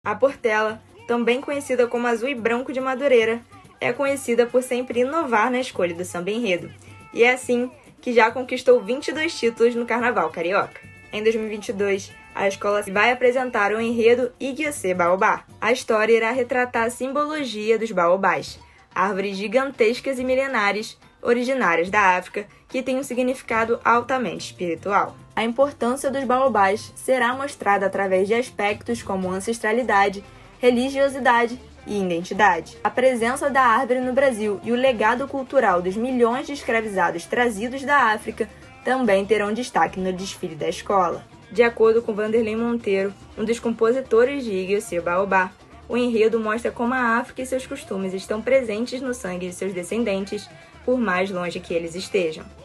A Portela, também conhecida como Azul e Branco de Madureira, é conhecida por sempre inovar na escolha do samba-enredo, e é assim que já conquistou 22 títulos no Carnaval Carioca. Em 2022, a escola vai apresentar o enredo Igiocê Baobá. A história irá retratar a simbologia dos baobás, árvores gigantescas e milenares originárias da África que têm um significado altamente espiritual. A importância dos baobás será mostrada através de aspectos como ancestralidade, religiosidade e identidade. A presença da árvore no Brasil e o legado cultural dos milhões de escravizados trazidos da África também terão destaque no desfile da escola. De acordo com Vanderlei Monteiro, um dos compositores de Igiocê Baobá, o enredo mostra como a África e seus costumes estão presentes no sangue de seus descendentes, por mais longe que eles estejam.